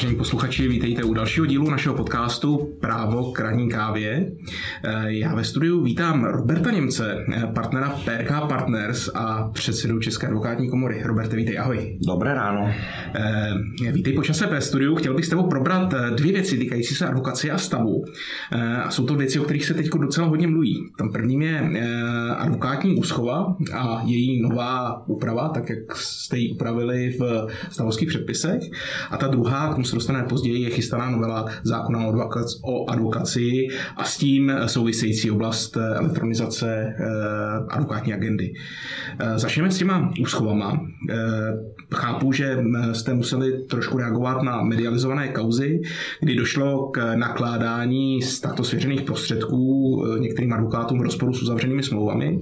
Vážení posluchači, vítejte u dalšího dílu našeho podcastu Právo k ranní kávě. Já ve studiu vítám Roberta Němce, partnera PRK Partners a předsedu České advokátní komory. Roberte, vítej, ahoj. Dobré ráno. Vítej po čase ve studiu. Chtěl bych s tebou probrat dvě věci týkající se advokacie a stavu. A jsou to věci, o kterých se teď docela hodně mluví. Tam prvním je advokátní úschova a její nová úprava, tak jak jste ji upravili v stavovských předpisech. A ta druhá, k tomu se dostaneme později, je chystaná novela zákona o advokacii a s tím související oblast elektronizace advokátní agendy. Začneme s těma úschovama. Chápu, že jste museli trošku reagovat na medializované kauzy, kdy došlo k nakládání z takto svěřených prostředků některým advokátům v rozporu s uzavřenými smlouvami.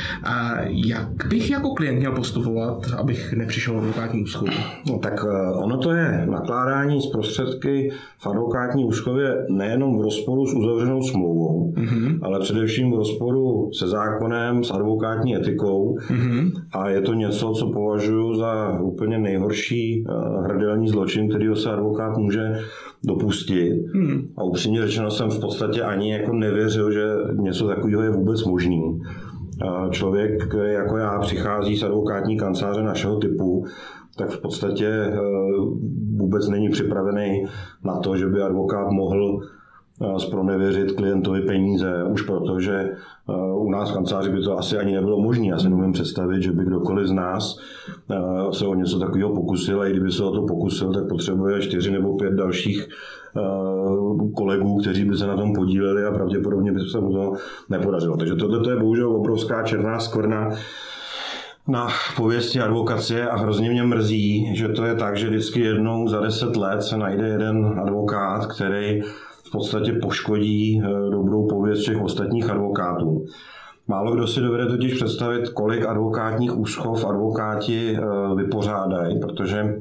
Jak bych jako klient měl postupovat, abych nepřišel advokátní úschovu? No, tak ono to je nakládání s prostředky v advokátní úschově nejenom v rozporu s uzavřenou smlouvou, ale především v rozporu se zákonem, s advokátní etikou a je to něco, co považuji za úplně nejhorší hrdelní zločin, kterýho se advokát může dopustit. A upřímně řečeno jsem v podstatě ani jako nevěřil, že něco takového je vůbec možný. Člověk, jako já, přichází z advokátní kanceláře našeho typu, tak v podstatě vůbec není připravený na to, že by advokát mohl zpronevěřit klientovi peníze, už protože u nás v kanceláři by to asi ani nebylo možné. Já si nemůžu představit, že by kdokoliv z nás se o něco takového pokusil a i kdyby se o to pokusil, tak potřebuje 4 nebo 5 dalších kolegů, kteří by se na tom podíleli a pravděpodobně by se mu to nepodařilo. Takže tohle je bohužel obrovská černá skvrna na pověsti advokacie a hrozně mě mrzí, že to je tak, že vždycky jednou za 10 let se najde jeden advokát, který v podstatě poškodí dobrou pověst všech ostatních advokátů. Málo kdo si dovede totiž představit, kolik advokátních úschov advokáti vypořádají, protože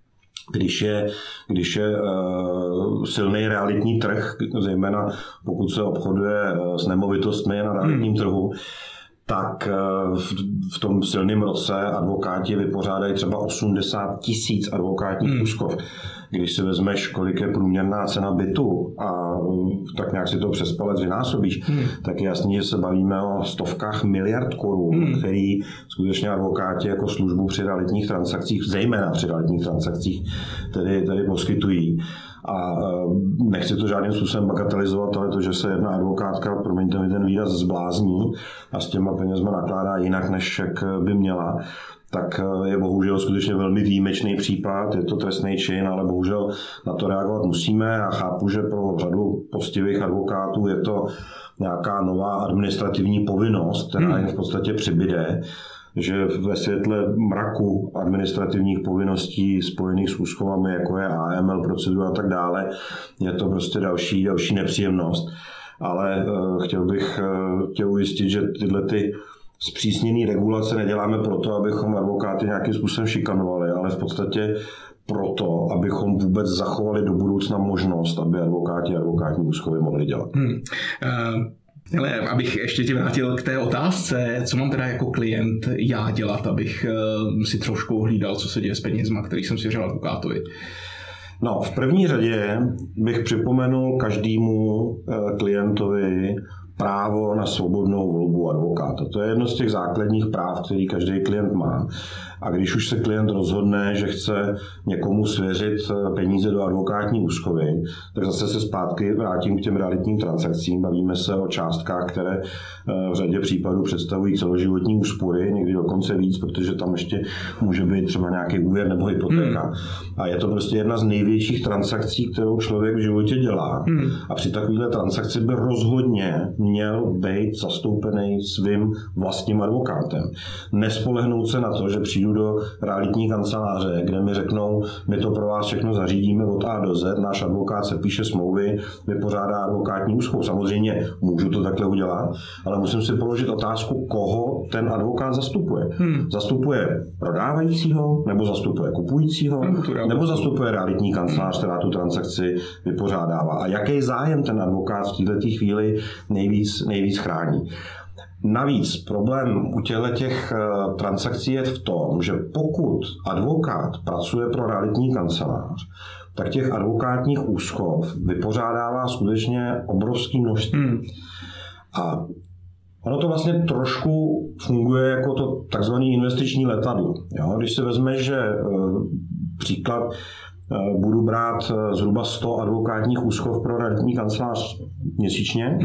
když je silný realitní trh, zejména pokud se obchoduje s nemovitostmi na realitním trhu, tak v tom silném roce advokáti vypořádají třeba 80 000 advokátních úschov. Když si vezmeš, kolik je průměrná cena bytu a tak nějak si to přes palec vynásobíš, tak je jasný, že se bavíme o stovkách miliard korun, který skutečně advokáti jako službu při realitních transakcích, zejména při realitních transakcích, tedy poskytují. A nechci to žádným způsobem bagatelizovat, ale to, že se jedna advokátka, promiňte mi ten výraz, zblázní a s těma penězma nakládá jinak, než jak by měla, tak je bohužel skutečně velmi výjimečný případ, je to trestný čin, ale bohužel na to reagovat musíme a chápu, že pro řadu poctivých advokátů je to nějaká nová administrativní povinnost, která jim v podstatě přibyde, že ve světle mraku administrativních povinností spojených s úschovami, jako je AML procedura a tak dále, je to prostě další nepříjemnost. Ale chtěl bych tě ujistit, že tyhle ty zpřísněné regulace neděláme proto, abychom advokáty nějakým způsobem šikanovali, ale v podstatě proto, abychom vůbec zachovali do budoucna možnost, aby advokáti advokátní úschovy mohli dělat. Ale abych ještě tě vrátil k té otázce, co mám teda jako klient já dělat, abych si trošku hlídal, co se děje s penězma, který jsem svěřil advokátovi. No, v první řadě bych připomenul každému klientovi právo na svobodnou volbu advokáta. To je jedno z těch základních práv, který každý klient má. A když už se klient rozhodne, že chce někomu svěřit peníze do advokátní úschovy, tak zase se zpátky vrátím k těm realitním transakcím. Bavíme se o částkách, které v řadě případů představují celoživotní úspory, někdy dokonce víc, protože tam ještě může být třeba nějaký úvěr nebo hypotéka. A je to prostě jedna z největších transakcí, kterou člověk v životě dělá. A při takovéhle transakci by rozhodně měl být zastoupený svým vlastním advokátem. Nespolehnout se na to, že přijdu do realitní kanceláře, kde mi řeknou, my to pro vás všechno zařídíme od A do Z, náš advokát se píše smlouvy, vypořádá advokátní úschov. Samozřejmě můžu to takhle udělat, ale musím si položit otázku, koho ten advokát zastupuje. Zastupuje prodávajícího, nebo zastupuje kupujícího, nebo zastupuje realitní kancelář, která tu transakci vypořádává. A jaký zájem ten advokát v této chvíli nejvíc chrání. Navíc problém u těch transakcí je v tom, že pokud advokát pracuje pro realitní kancelář, tak těch advokátních úschov vypořádává skutečně obrovské množství. A ono to vlastně trošku funguje jako to takzvané investiční letadlo. Jo? Když si vezmeš, že příklad budu brát zhruba 100 advokátních úschov pro realitní kancelář měsíčně,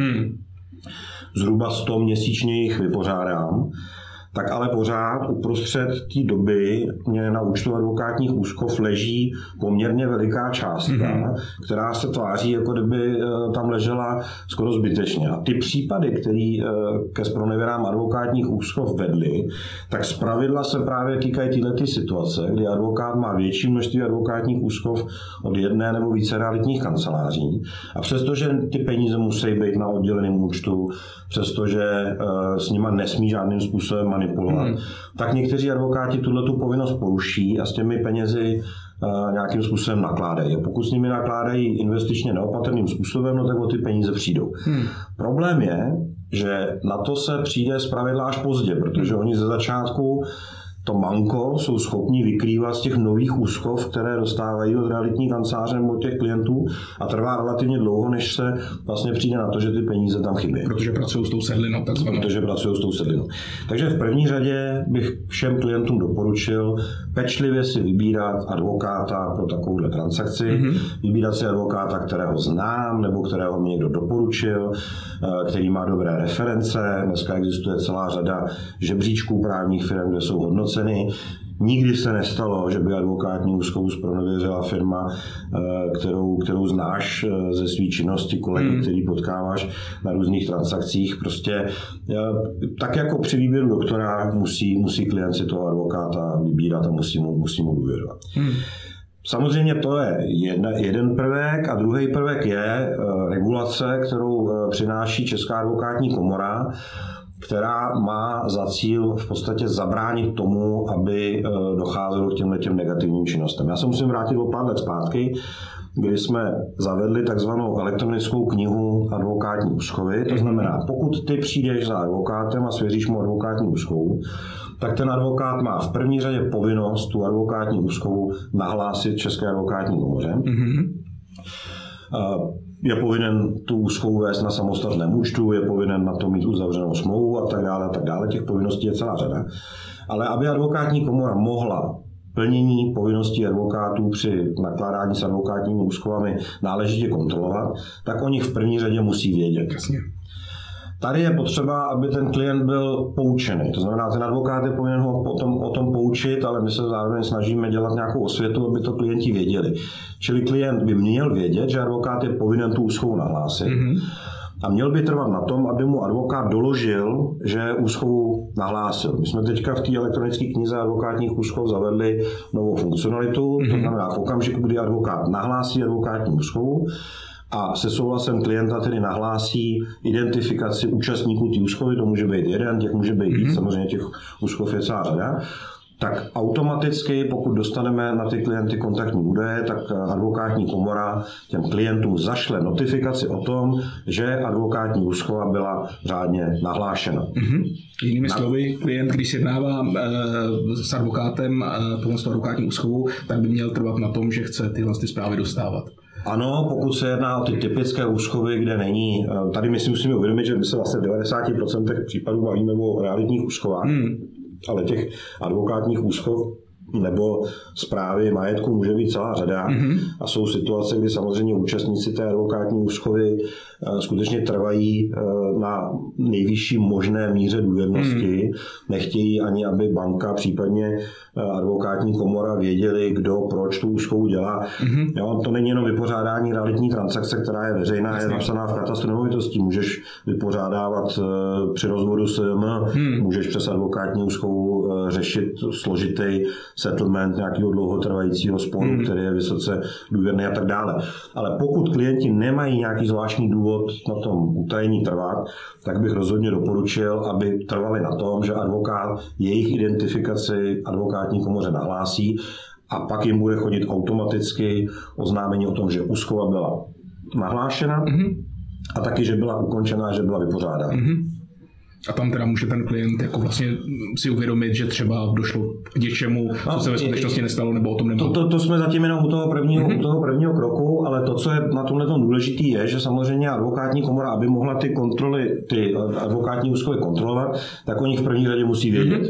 zhruba 100 měsíčně jich vypořádám, tak ale pořád uprostřed té doby mě na účtu advokátních úschov leží poměrně veliká částka, která se tváří, jako kdyby tam ležela skoro zbytečně. A ty případy, které ke zpronevěrám advokátních úschov vedly, tak zpravidla se právě týkají této situace, kdy advokát má větší množství advokátních úschov od jedné nebo více realitních kanceláří. A přestože ty peníze musí být na odděleném účtu, přestože s nima nesmí žádným způsobem manipulovat, tak někteří advokáti tuto povinnost poruší a s těmi penězi nějakým způsobem nakládají. A pokud s nimi nakládají investičně neopatrným způsobem, no tak o ty peníze přijdou. Problém je, že na to se přijde zpravidla až pozdě, protože oni ze začátku to manko jsou schopni vykrývat z těch nových úschov, které dostávají od realitní kanceláře nebo od těch klientů a trvá relativně dlouho, než se vlastně přijde na to, že ty peníze tam chybí. Protože pracují s tou sedlinou, takzvanou. Protože pracují s tou sedlinou. Takže v první řadě bych všem klientům doporučil pečlivě si vybírat advokáta pro takovouhle transakci, vybírat si advokáta, kterého znám nebo kterého mi někdo doporučil, který má dobré reference. Dneska existuje celá řada žebříčků právních firm, kde jsou hodnoceny. Nikdy se nestalo, že by advokátní úschovu zpronevěřila firma, kterou znáš ze své činnosti, kolegy, který potkáváš na různých transakcích. Prostě tak jako při výběru doktora musí klient si toho advokáta vybírat a musí mu důvěřovat. Samozřejmě to je jeden prvek a druhý prvek je regulace, kterou přináší Česká advokátní komora, která má za cíl v podstatě zabránit tomu, aby docházelo k těmhletěm negativním činnostem. Já se musím vrátit o pár let zpátky, kdy jsme zavedli takzvanou elektronickou knihu advokátní úschovy. To znamená, pokud ty přijdeš za advokátem a svěříš mu advokátní úschovu, tak ten advokát má v první řadě povinnost tu advokátní úschovu nahlásit České advokátní komoře. Je povinen tu úschovu vést na samostatném účtu, je povinen na to mít uzavřenou smlouvu a tak dále. Těch povinností je celá řada. Ale aby advokátní komora mohla plnění povinností advokátů při nakládání s advokátními úschovami náležitě kontrolovat, tak oni v první řadě musí vědět. Jasně. Tady je potřeba, aby ten klient byl poučený. To znamená, ten advokát je povinen ho o tom poučit, ale my se zároveň snažíme dělat nějakou osvětu, aby to klienti věděli. Čili klient by měl vědět, že advokát je povinen tu úschovu nahlásit. A měl by trvat na tom, aby mu advokát doložil, že úschovu nahlásil. My jsme teďka v té elektronické knize advokátních úschov zavedli novou funkcionalitu. To znamená, v okamžiku, kdy advokát nahlásí advokátní úschovu, a se souhlasem klienta tedy nahlásí identifikaci účastníků té úschovy, to může být jeden, těch může být víc, samozřejmě těch úschov je celá řada, tak automaticky, pokud dostaneme na ty klienty kontaktní údaje, tak advokátní komora těm klientům zašle notifikaci o tom, že advokátní úschova byla řádně nahlášena. Jinými slovy, klient, když jednává s advokátem pomocí advokátní úschovu, tak by měl trvat na tom, že chce tyhle zprávy dostávat. Ano, pokud se jedná o ty typické úschovy, kde není, tady my si musíme uvědomit, že my se vlastně v 90% případů bavíme o realitních úschovách, ale těch advokátních úschov nebo správy majetku může být celá řada a jsou situace, kdy samozřejmě účastníci té advokátní úschovy skutečně trvají na nejvyšší možné míře důvěrnosti. Nechtějí ani, aby banka, případně advokátní komora věděli, kdo proč tu úschovu dělá. Jo, to není jenom vypořádání realitní transakce, která je veřejná, je napsaná v katastru nemovitostí. Můžeš vypořádávat při rozvodu SDM, můžeš přes advokátní úschovu řešit složitý settlement nějakého dlouhotrvajícího sporu, který je vysoce důvěrný a tak dále. Ale pokud klienti nemají nějaký zvláštní důvod na tom utajení trvat, tak bych rozhodně doporučil, aby trvali na tom, že advokát jejich identifikaci advokátní komoře nahlásí a pak jim bude chodit automaticky oznámení o tom, že úschova byla nahlášena a taky, že byla ukončena, že byla vypořádána. A tam teda může ten klient jako vlastně si uvědomit, že třeba došlo k něčemu, co se ve skutečnosti nestalo, nebo o tom nemá. To jsme zatím jenom u toho prvního kroku, ale to, co je na tomhle důležitý, je, že samozřejmě advokátní komora, aby mohla ty advokátní úschovy kontrolovat, tak o nich v první řadě musí vědět.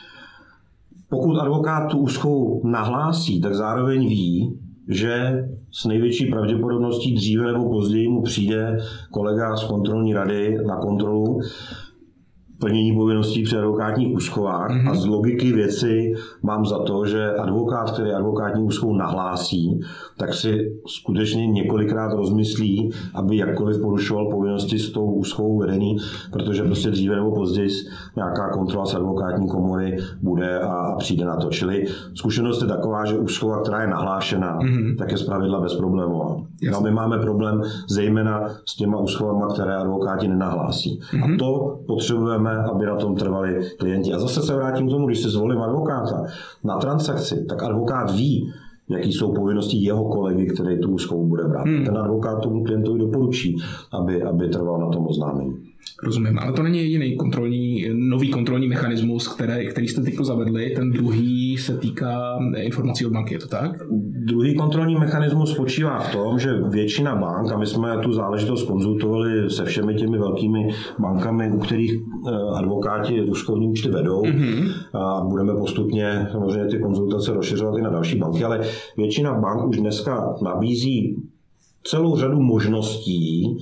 Pokud advokát tu úschovu nahlásí, tak zároveň ví, že s největší pravděpodobností dříve nebo později mu přijde kolega z kontrolní rady na kontrolu plnění povinností při advokátních úschovách a z logiky věci mám za to, že advokát, který advokátní úschovu nahlásí, tak si skutečně několikrát rozmyslí, aby jakkoliv porušoval povinnosti s tou úschovou vedený, protože prostě dříve nebo později nějaká kontrola z advokátní komory bude a přijde na to. Čili zkušenost je taková, že úschova, která je nahlášená, tak je zpravidla bezproblémová. No, my máme problém zejména s těma úschovama, které advokáti nenahlásí. A to potřebujeme, aby na tom trvali klienti. A zase se vrátím k tomu, když si zvolím advokáta na transakci, tak advokát ví, jaký jsou povinnosti jeho kolegy, který tu úschovu bude brát. Ten advokát tomu klientovi doporučí, aby trval na tom oznámení. Rozumím, ale to není jediný nový kontrolní mechanismus, který jste teď zavedli. Ten druhý se týká informací od banky, je to tak? Druhý kontrolní mechanismus spočívá v tom, že většina bank, a my jsme tu záležitost konzultovali se všemi těmi velkými bankami, u kterých advokáti úschovní účty vedou, a budeme postupně samozřejmě ty konzultace rozšiřovat i na další banky, ale většina bank už dneska nabízí celou řadu možností,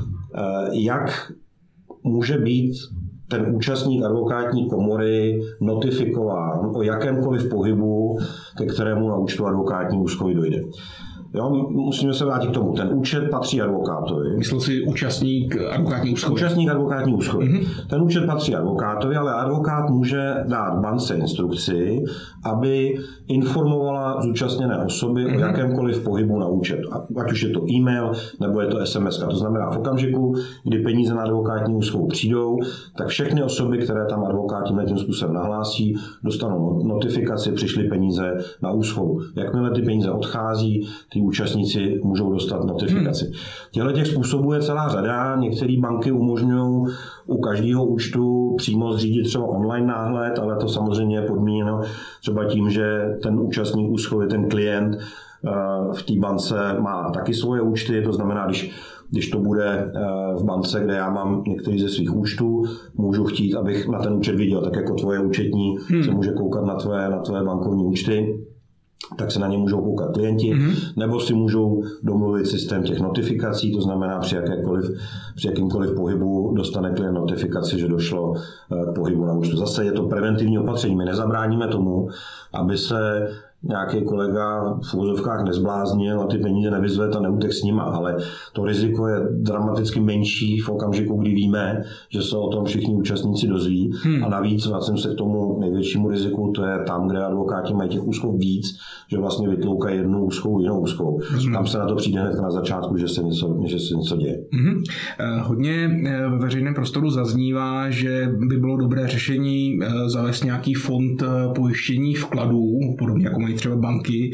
jak může být ten účastník advokátní komory notifikován o jakémkoliv pohybu, ke kterému na účtu advokátní úschovy dojde. Jo, musíme se vrátit k tomu. Ten účet patří advokátovi. Myslel si účastník advokátní úschovy? Účastník advokátní úschovy. Ten účet patří advokátovi, ale advokát může dát bance instrukci, aby informovala zúčastněné osoby o jakémkoliv pohybu na účet. Ať už je to e-mail, nebo je to SMS. To znamená v okamžiku, kdy peníze na advokátní úschovu přijdou, tak všechny osoby, které tam advokáti tím způsobem nahlásí, dostanou notifikaci, přišly peníze na úschovu. Jakmile ty peníze odchází, ty účastníci můžou dostat notifikaci. Těch způsobů je celá řada. Některé banky umožňují u každého účtu přímo zřídit třeba online náhled, ale to samozřejmě je podmíněno třeba tím, že ten účastník úschovy, ten klient v té bance má taky svoje účty, to znamená, když to bude v bance, kde já mám některý ze svých účtů, můžu chtít, abych na ten účet viděl, tak jako tvoje účetní se může koukat na tvoje bankovní účty, tak se na ně můžou koukat klienti, nebo si můžou domluvit systém těch notifikací, to znamená při jakýmkoliv pohybu dostane klient notifikaci, že došlo k pohybu na účtu. Zase je to preventivní opatření, my nezabráníme tomu, aby se nějaký kolega v úvozovkách nezbláznil a ty peníze nevyzvedl a neutek s nima, ale to riziko je dramaticky menší v okamžiku, kdy víme, že se o tom všichni účastníci dozví. A navíc vracím se k tomu největšímu riziku, to je tam, kde advokáti mají těch úschov víc, že vlastně vytloukají jednu úschovu, jinou úschovu. Tam se na to přijde hned na začátku, že se něco děje. Hodně ve veřejném prostoru zaznívá, že by bylo dobré řešení zavést nějaký fond pojištění vkladů, podobně jako mají třeba banky.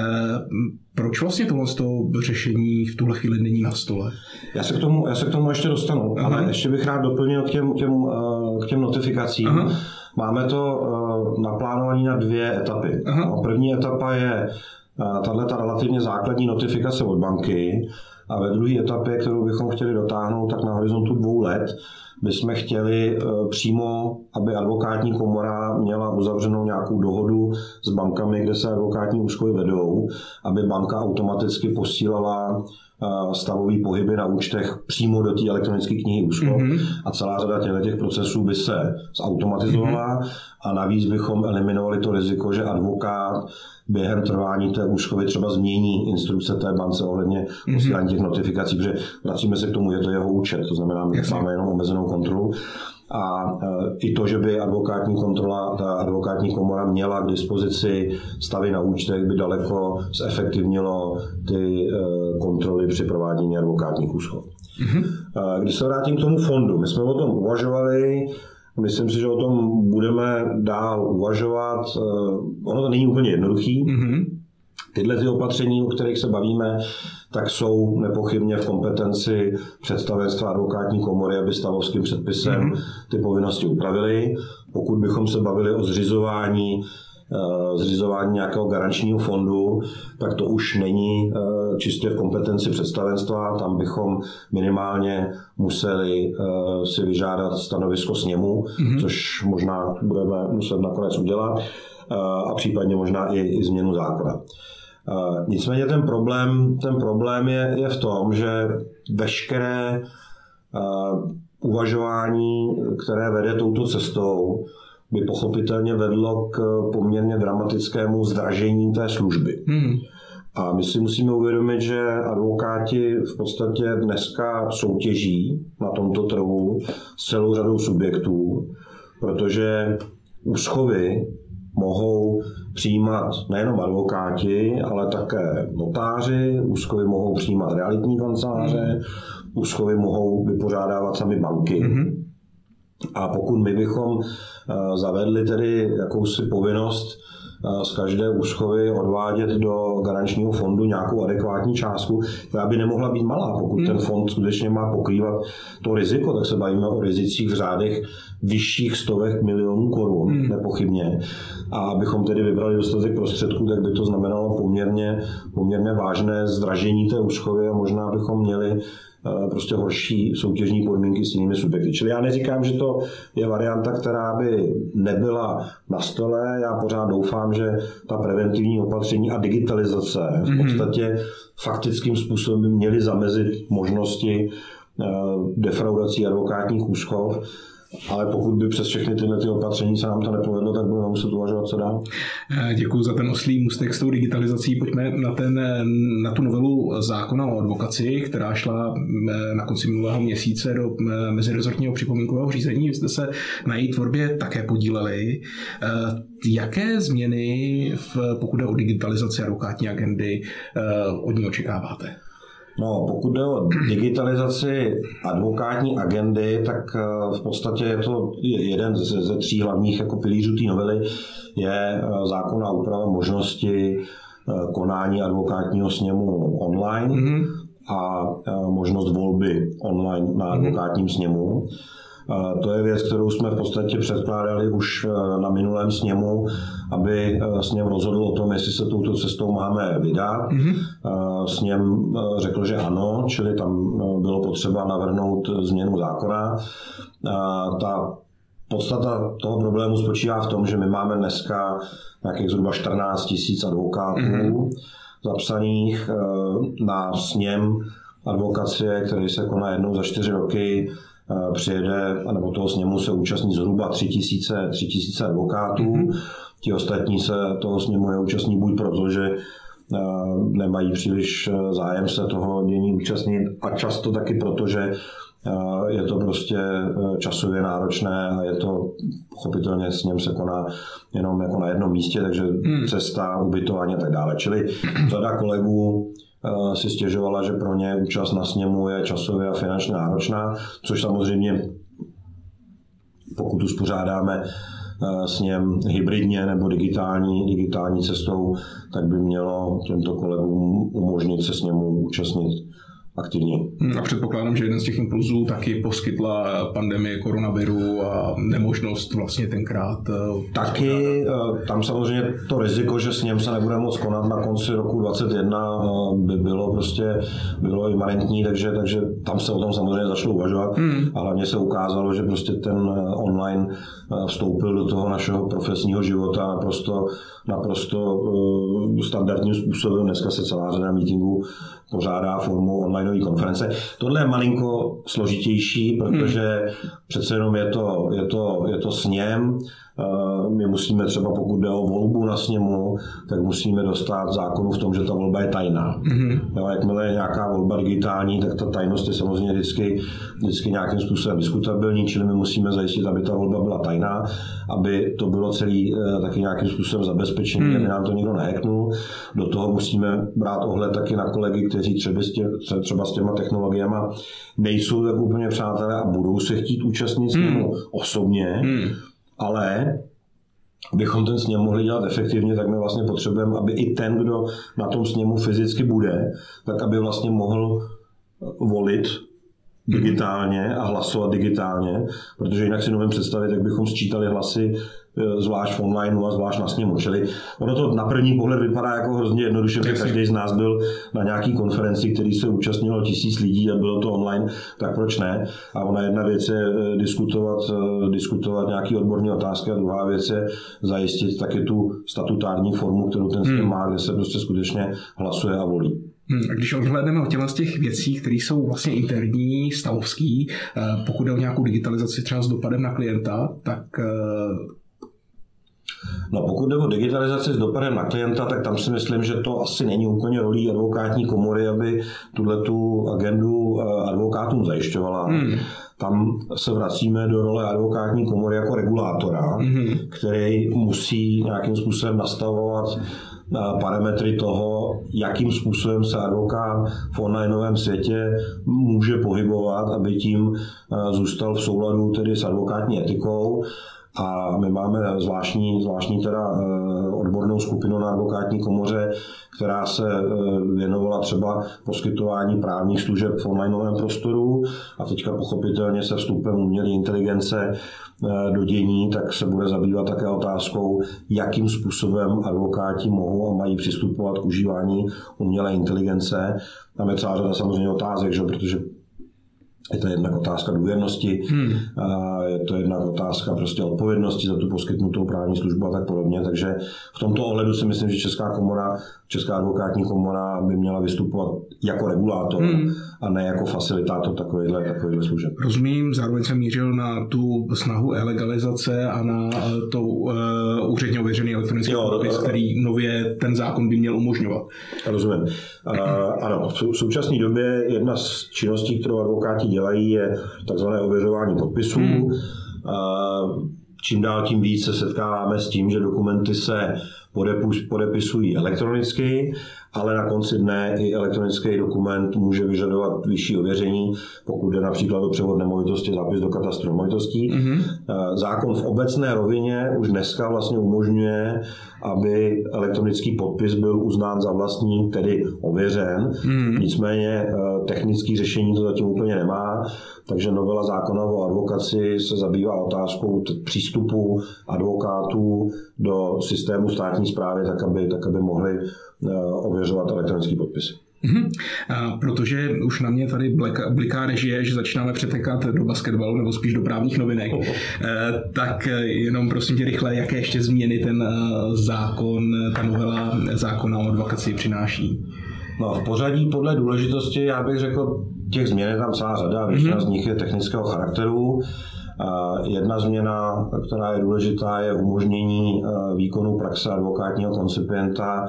Proč vlastně tohle řešení v tuhle chvíli není na stole? Já se k tomu ještě dostanu, ale ještě bych rád doplnil k těm notifikacím. Máme to naplánované na 2 etapy. První etapa je tato relativně základní notifikace od banky a ve druhé etapě, kterou bychom chtěli dotáhnout, tak na horizontu 2 let bychom chtěli přímo, aby advokátní komora měla uzavřenou nějakou dohodu s bankami, kde se advokátní úschovy vedou, aby banka automaticky posílala stavový pohyby na účtech přímo do té elektronické knihy úschov a celá řada těch procesů by se zautomatizovala a navíc bychom eliminovali to riziko, že advokát během trvání té úschovy třeba změní instrukce té bance ohledně posílání těch notifikací, protože vracíme se k tomu, je to jeho účet, to znamená, my máme jenom omezenou kontrolu. A i to, že by advokátní komora měla k dispozici stavy na účtech, by daleko zefektivnilo ty kontroly při provádění advokátních úschov. Když se vrátím k tomu fondu, my jsme o tom uvažovali, myslím si, že o tom budeme dál uvažovat. Ono to není úplně jednoduchý. Tyhle ty opatření, o kterých se bavíme, tak jsou nepochybně v kompetenci představenstva advokátní komory, aby stavovským předpisem ty povinnosti upravili. Pokud bychom se bavili o zřizování nějakého garančního fondu, tak to už není čistě v kompetenci představenstva, tam bychom minimálně museli si vyžádat stanovisko sněmu, což možná budeme muset nakonec udělat, a případně možná i změnu zákona. Nicméně ten problém je v tom, že veškeré uvažování, které vede touto cestou, by pochopitelně vedlo k poměrně dramatickému zdražení té služby. A my si musíme uvědomit, že advokáti v podstatě dneska soutěží na tomto trhu s celou řadou subjektů, protože úschovy mohou přijímat nejenom advokáti, ale také notáři, úschovy mohou přijímat realitní kanceláře, úschovy mohou vypořádávat sami banky. A pokud my bychom zavedli tedy jakousi povinnost z každé úschovy odvádět do garančního fondu nějakou adekvátní částku, která by nemohla být malá, pokud ten fond skutečně má pokrývat to riziko, tak se bavíme o rizicích v řádech vyšších stovek milionů korun, nepochybně. A abychom tedy vybrali dostatek prostředků, tak by to znamenalo poměrně vážné zdražení té úschovy a možná bychom měli prostě horší soutěžní podmínky s jinými subjekty. Čili já neříkám, že to je varianta, která by nebyla na stole. Já pořád doufám, že ta preventivní opatření a digitalizace v podstatě faktickým způsobem by měly zamezit možnosti defraudací advokátních úschov. Ale pokud by přes všechny tyhle ty opatření se nám to nepovedlo, tak budeme muset uvažovat, co dál. Děkuji za ten oslý můstek s tou digitalizací. Pojďme na tu novelu zákona o advokaci, která šla na konci minulého měsíce do mezirezortního připomínkového řízení. Vy jste se na její tvorbě také podíleli. Jaké změny, pokud jde o digitalizaci advokátní agendy, od ní očekáváte? No, pokud jde o digitalizaci advokátní agendy, tak v podstatě je to jeden ze tří hlavních jako pilířů té novely, je zákonná úprava možnosti konání advokátního sněmu online a možnost volby online na advokátním sněmu. To je věc, kterou jsme v podstatě předkládali už na minulém sněmu, aby sněm rozhodl o tom, jestli se touto cestou máme vydat. Sněm řekl, že ano, čili tam bylo potřeba navrhnout změnu zákona. Ta podstata toho problému spočívá v tom, že my máme dneska nějakých zhruba 14 000 advokátů zapsaných na sněm advokacie, který se koná jednou za 4 roky. Přijede, nebo toho sněmu se účastní zhruba 3 000 advokátů. Ti ostatní se toho sněmu neúčastní buď proto, že nemají příliš zájem se toho dění účastnit, a často taky proto, že je to prostě časově náročné a je to pochopitelně sněm se koná jenom jako na jednom místě, takže cesta, ubytování a tak dále. Čili řada kolegů si stěžovala, že pro ně účast na sněmu je časově a finančně náročná, což samozřejmě, pokud uspořádáme sněm hybridně nebo digitální cestou, tak by mělo těmto kolegům umožnit se sněmu účastnit aktivně. A předpokládám, že jeden z těch impulzů taky poskytla pandemie koronaviru a nemožnost vlastně tenkrát. Taky tam samozřejmě to riziko, že sněm se nebude moc konat na konci roku 2021, by bylo imanentní, takže tam se o tom samozřejmě začalo uvažovat. A hlavně se ukázalo, že prostě ten online vstoupil do toho našeho profesního života naprosto standardním způsobem. Dneska se celá řada meetingů pořádá formou onlineové konference. Tohle je malinko složitější, protože přece jenom je to sněm. My musíme třeba, pokud jde o volbu na sněmu, tak musíme dostat zákonu v tom, že ta volba je tajná. Jakmile je nějaká volba digitální, tak ta tajnost je samozřejmě vždycky nějakým způsobem diskutabilní, čili my musíme zajistit, aby ta volba byla tajná, aby to bylo celý taky nějakým způsobem zabezpečené, aby nám to nikdo nehacknul. Do toho musíme brát ohled taky na kolegy, kteří třeba s těma technologiemi nejsou tak úplně přátelé a budou se chtít účastnit sněmu osobně, ale abychom ten sněm mohli dělat efektivně, tak my vlastně potřebujeme, aby i ten, kdo na tom sněmu fyzicky bude, tak aby vlastně mohl volit digitálně a hlasovat digitálně, protože jinak si nevím představit, jak bychom sčítali hlasy zvlášť v online a zvlášť na sněmu. Čili ono to na první pohled vypadá jako hrozně jednoduše, že každý z nás byl na nějaký konferenci, který se účastnilo 1000 lidí a bylo to online, tak proč ne? A ona jedna věc je diskutovat nějaký odborné otázky a druhá věc je zajistit taky tu statutární formu, kterou ten sněm má, kde se prostě skutečně hlasuje a volí. A když odhlédneme od těch věcí, které jsou vlastně interní, stavovský, pokud jde o nějakou digitalizaci třeba s dopadem na klienta, tak... No, pokud jde o digitalizaci s dopadem na klienta, tak tam si myslím, že to asi není úplně rolí advokátní komory, aby tuhletu agendu advokátům zajišťovala. Tam se vracíme do role advokátní komory jako regulátora, který musí nějakým způsobem nastavovat parametry toho, jakým způsobem se advokát v onlineovém světě může pohybovat, aby tím zůstal v souladu tedy s advokátní etikou. A my máme zvláštní teda odbornou skupinu na advokátní komoře, která se věnovala třeba poskytování právních služeb v onlineovém prostoru a teďka pochopitelně se vstupem umělé inteligence do dění, tak se bude zabývat také otázkou, jakým způsobem advokáti mohou a mají přistupovat k užívání umělé inteligence. Tam je celá řada samozřejmě otázek, že? Protože je to jednak otázka důvěrnosti, je to jednak otázka prostě odpovědnosti za tu poskytnutou právní službu a tak podobně. Takže v tomto ohledu si myslím, že Česká advokátní komora by měla vystupovat jako regulátor a ne jako facilitátor takovýchhle služeb. Rozumím, zároveň jsem mířil na tu snahu e-legalizace a na to úředně ověřený elektronický podpis, který nově ten zákon by měl umožňovat. Rozumím. Ano, v současné době jedna z činností, kterou advokáti dělají, je takzvané ověřování podpisů. Čím dál tím víc se setkáváme s tím, že dokumenty se podepisují elektronicky, ale na konci dne i elektronický dokument může vyžadovat vyšší ověření, pokud jde například o převod nemovitosti, zápis do katastru nemovitostí. Zákon v obecné rovině už dneska vlastně umožňuje, aby elektronický podpis byl uznán za vlastní, tedy ověřen. Nicméně technické řešení to zatím úplně nemá, takže novela zákona o advokaci se zabývá otázkou přístupu advokátů do systému státní správy, tak aby mohli ověřovat elektronický podpisy. Protože už na mě tady bliká režie, že začínáme přetekat do basketbalu nebo spíš do právních novinek, tak jenom prosím tě rychle, jaké ještě změny ten zákon, ta novela zákona o advokaci přináší? No, v pořadí podle důležitosti, já bych řekl, těch změn je tam celá řada, většina z nich je technického charakteru. Jedna změna, která je důležitá, je umožnění výkonu praxe advokátního koncipienta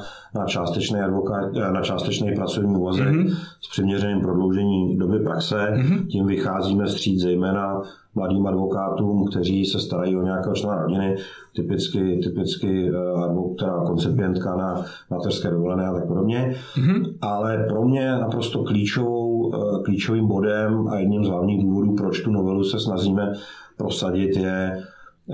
na částečný pracovní úvazek s přiměřeným prodloužením doby praxe. Tím vycházíme vstříc zejména mladým advokátům, kteří se starají o nějakého člena rodiny, typicky teda koncipientka na mateřské dovolené a tak podobně. Ale pro mě naprosto klíčovým bodem a jedním z hlavních důvodů, proč tu novelu se snažíme prosadit, je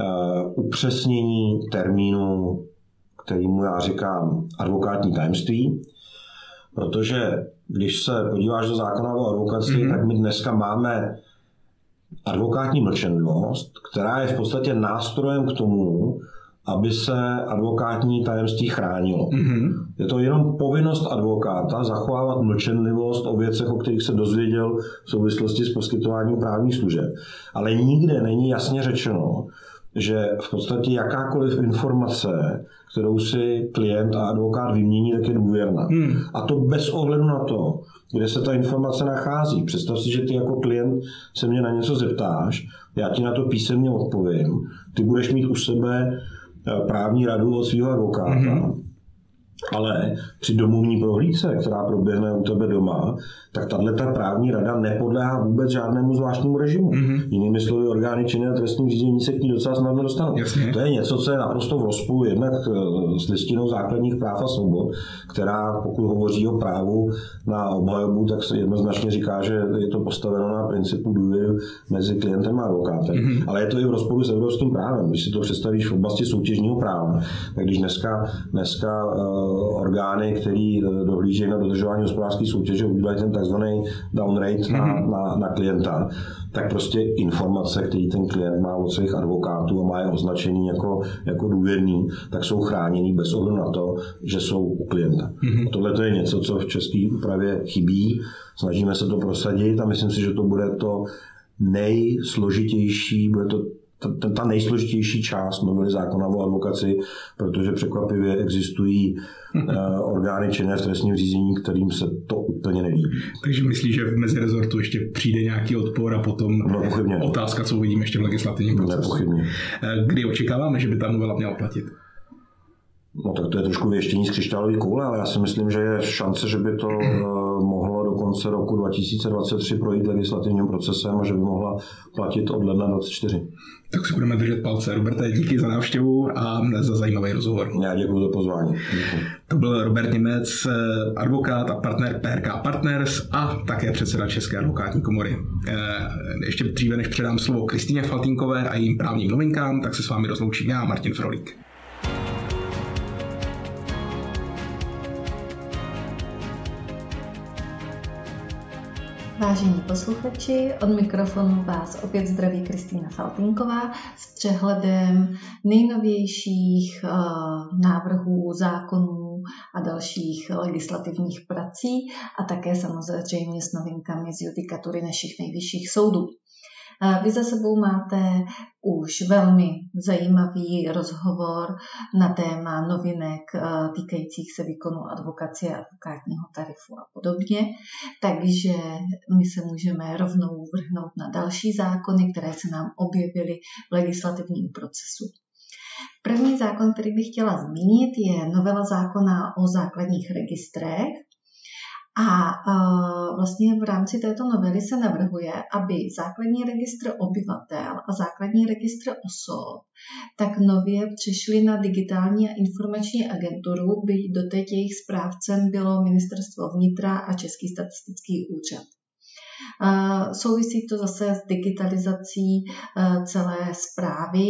upřesnění termínu, kterýmu já říkám advokátní tajemství. Protože když se podíváš do zákona o advokaci, tak my dneska máme advokátní mlčenlivost, která je v podstatě nástrojem k tomu, aby se advokátní tajemství chránilo. Je to jenom povinnost advokáta zachovávat mlčenlivost o věcech, o kterých se dozvěděl v souvislosti s poskytováním právních služeb. Ale nikde není jasně řečeno, že v podstatě jakákoliv informace, kterou si klient a advokát vymění, tak je důvěrná. A to bez ohledu na to, kde se ta informace nachází. Představ si, že ty jako klient se mě na něco zeptáš, já ti na to písemně odpovím, ty budeš mít u sebe právní radu od svého advokáta Ale při domovní prohlídce, která proběhne u tebe doma, tak tato právní rada nepodléhá vůbec žádnému zvláštnímu režimu. Jinými slovy, orgány činné v trestním řízení se k ní docela snadno dostanou. Jasně. To je něco, co je naprosto v rozporu jednak s listinou základních práv a svobod, která, pokud hovoří o právu na obhajobu, tak se jednoznačně říká, že je to postaveno na principu důvěry mezi klientem a advokátem. Ale je to i v rozporu s evropským právem. Když si to představíš v oblasti soutěžního práva, tak když dneska orgány, které dohlížejí na dodržování hospodářské soutěže, udělají ten takzvaný down rate na klienta, tak prostě informace, které ten klient má od svých advokátů a má je označený jako důvěrný, tak jsou chráněný bez ohledu na to, že jsou u klienta. Tohle to je něco, co v české úpravě chybí. Snažíme se to prosadit a myslím si, že to bude to nejsložitější, bude to ta nejsložitější část novely zákona o advokaci, protože překvapivě existují orgány činné v trestním řízení, kterým se to úplně nelíbí. Takže myslíš, že v mezirezortu ještě přijde nějaký odpor a potom otázka, co uvidíme ještě v legislativním procesu? Nepochybně. Kdy očekáváme, že by ta novela měla platit? No tak to je trošku věštění z křišťálové koule, ale já si myslím, že je šance, že by to mohlo do konce roku 2023 projít legislativním procesem a že by mohla platit od ledna 2024. Tak si budeme držet palce. Roberte, díky za návštěvu a za zajímavý rozhovor. Já děkuji za pozvání. Děkuji. To byl Robert Němec, advokát a partner PRK Partners a také předseda České advokátní komory. Ještě dříve, než předám slovo Kristýně Faltýnkové a jejím právním novinkám, tak se s vámi rozloučím já, Martin Frolík. Vážení posluchači, od mikrofonu vás opět zdraví Kristýna Faltýnková s přehledem nejnovějších návrhů, zákonů a dalších legislativních prací a také samozřejmě s novinkami z judikatury našich nejvyšších soudů. Vy za sebou máte už velmi zajímavý rozhovor na téma novinek týkajících se výkonu advokacie, advokátního tarifu a podobně, takže my se můžeme rovnou vrhnout na další zákony, které se nám objevily v legislativním procesu. První zákon, který bych chtěla zmínit, je novela zákona o základních registrech. A vlastně v rámci této novely se navrhuje, aby základní registr obyvatel a základní registr osob tak nově přešly na digitální a informační agenturu, byť doteď jejich správcem bylo Ministerstvo vnitra a Český statistický úřad. Souvisí to zase s digitalizací celé správy,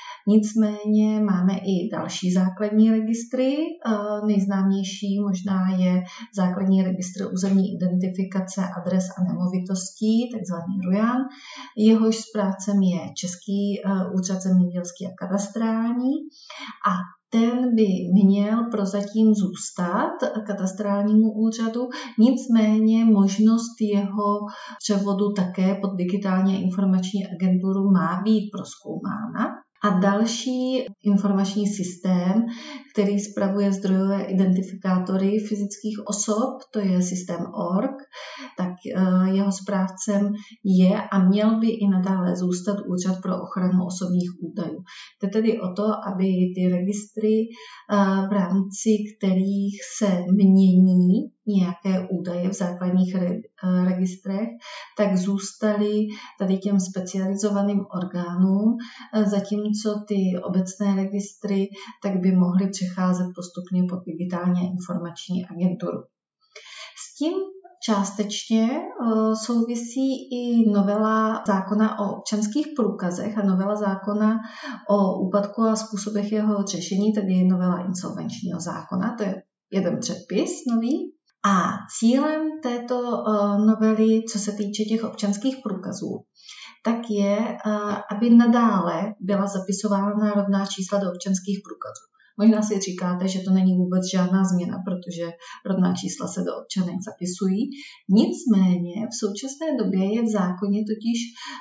nicméně máme i další základní registry. Nejznámější možná je základní registr územní identifikace adres a nemovitostí, takzvaný RUJAN. Jehož správcem je Český úřad zemědělský a katastrální a ten by měl prozatím zůstat katastrálnímu úřadu, nicméně možnost jeho převodu také pod digitální informační agenturu má být prozkoumána. A další informační systém, který spravuje zdrojové identifikátory fyzických osob, to je systém ORG, tak jeho správcem je a měl by i nadále zůstat Úřad pro ochranu osobních údajů. Jde tedy o to, aby ty registry, v rámci kterých se mění nějaké údaje v základních registrech, tak zůstaly tady těm specializovaným orgánům, zatímco ty obecné registry tak by mohly přecházet postupně pod digitální informační agenturu. S tím částečně souvisí i novela zákona o občanských průkazech a novela zákona o úpadku a způsobech jeho řešení, tedy je novela insolvenčního zákona, to je jeden předpis nový. A cílem této novely, co se týče těch občanských průkazů, tak je, aby nadále byla zapisována rodná čísla do občanských průkazů. Možná si říkáte, že to není vůbec žádná změna, protože rodná čísla se do občanek zapisují. Nicméně v současné době je v zákoně totiž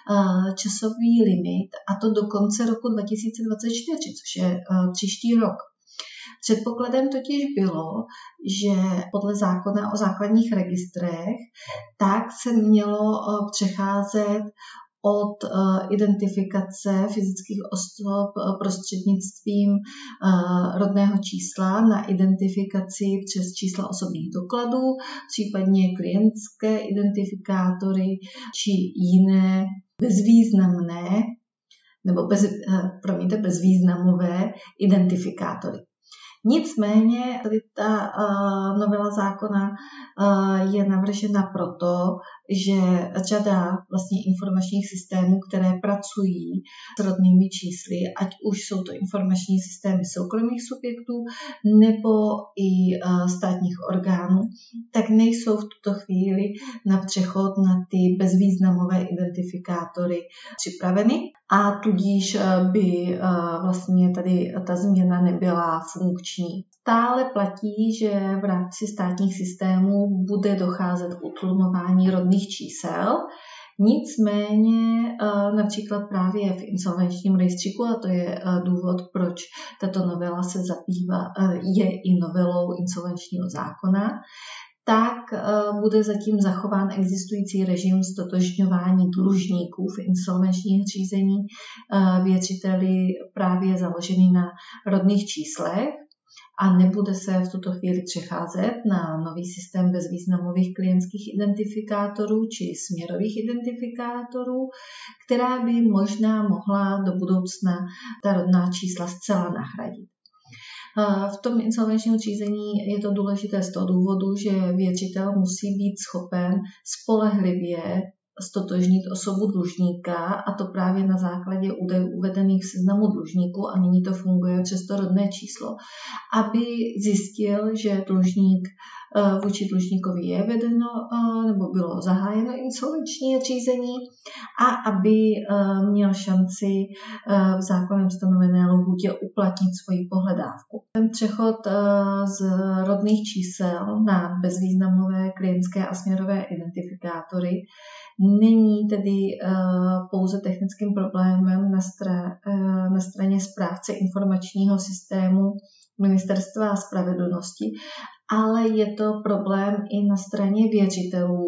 časový limit, a to do konce roku 2024, což je příští rok. Předpokladem totiž bylo, že podle zákona o základních registrech tak se mělo přecházet od identifikace fyzických osob prostřednictvím rodného čísla na identifikaci přes čísla osobních dokladů, případně klientské identifikátory či jiné bezvýznamné nebo bezvýznamové identifikátory. Nicméně tady ta novela zákona je navržena proto, že řada vlastně informačních systémů, které pracují s rodnými čísly, ať už jsou to informační systémy soukromých subjektů nebo i státních orgánů, tak nejsou v tuto chvíli na přechod na ty bezvýznamové identifikátory připraveny a tudíž by vlastně tady ta změna nebyla funkční. Stále platí, že v rámci státních systémů bude docházet k utlumování rodných čísel, nicméně například právě v insolvenčním rejstříku, a to je důvod, proč tato novela se je i novelou insolvenčního zákona, tak bude zatím zachován existující režim ztotožňování dlužníků v insolvenčních řízení věřiteli právě založený na rodných číslech a nebude se v tuto chvíli přecházet na nový systém bezvýznamových klientských identifikátorů či směrových identifikátorů, která by možná mohla do budoucna ta rodná čísla zcela nahradit. V tom insolvenčním řízení je to důležité z toho důvodu, že věřitel musí být schopen spolehlivě ztotožnit osobu dlužníka, a to právě na základě údajů uvedených v seznamu dlužníků, a nyní to funguje přes to rodné číslo, aby zjistil, že dlužník vůči dlužníkovi je vedeno nebo bylo zahájeno insolvenční řízení a aby měl šanci v zákonem stanovené lhůtě uplatnit svoji pohledávku. Ten přechod z rodných čísel na bezvýznamové klientské a směrové identifikátory není tedy pouze technickým problémem na straně správce informačního systému Ministerstva spravedlnosti, ale je to problém i na straně věřitelů,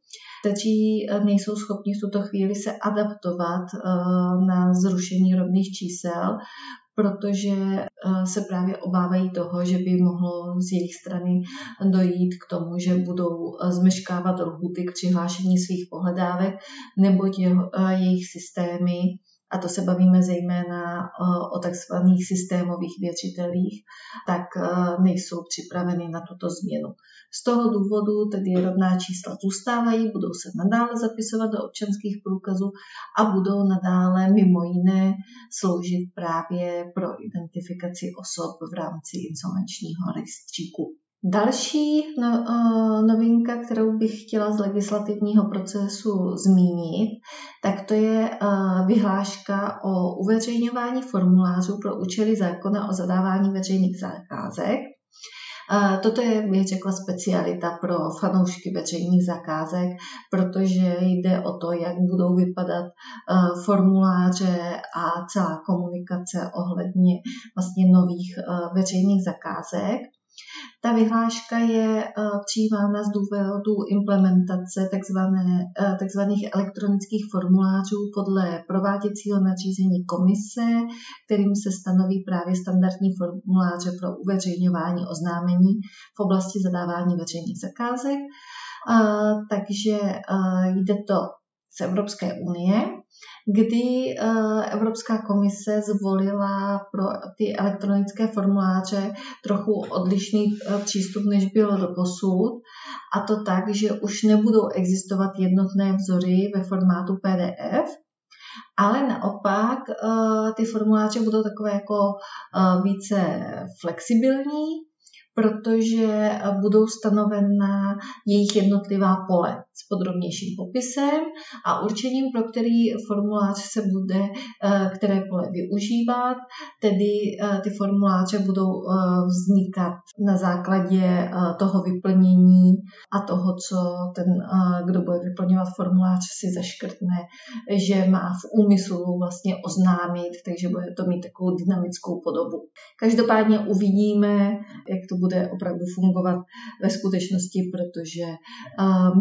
kteří nejsou schopni v tuto chvíli se adaptovat na zrušení rodných čísel, protože se právě obávají toho, že by mohlo z jejich strany dojít k tomu, že budou zmeškávat lhůty k přihlášení svých pohledávek, neboť jejich systémy, a to se bavíme zejména o takzvaných systémových věřitelích, tak nejsou připraveny na tuto změnu. Z toho důvodu tedy rodná čísla zůstávají, budou se nadále zapisovat do občanských průkazů a budou nadále mimo jiné sloužit právě pro identifikaci osob v rámci insolvenčního rejstříku. Další novinka, kterou bych chtěla z legislativního procesu zmínit, tak to je vyhláška o uveřejňování formulářů pro účely zákona o zadávání veřejných zakázek. Toto je, bych řekla, specialita pro fanoušky veřejných zakázek, protože jde o to, jak budou vypadat formuláře a celá komunikace ohledně vlastně nových veřejných zakázek. Ta vyhláška je přijímána z důvodu implementace takzvaných elektronických formulářů podle prováděcího nařízení komise, kterým se stanoví právě standardní formuláře pro uveřejňování oznámení v oblasti zadávání veřejných zakázek. Takže jde to z Evropské unie, kdy Evropská komise zvolila pro ty elektronické formuláře trochu odlišný přístup, než bylo doposud, a to tak, že už nebudou existovat jednotné vzory ve formátu PDF, ale naopak ty formuláře budou takové jako více flexibilní, protože budou stanovena jejich jednotlivá pole s podrobnějším popisem a určením, pro který formulář se bude které pole využívat. Tedy ty formuláře budou vznikat na základě toho vyplnění a toho, co ten, kdo bude vyplňovat formulář, si zaškrtne, že má v úmyslu vlastně oznámit, takže bude to mít takovou dynamickou podobu. Každopádně uvidíme, jak to bude opravdu fungovat ve skutečnosti, protože mělo by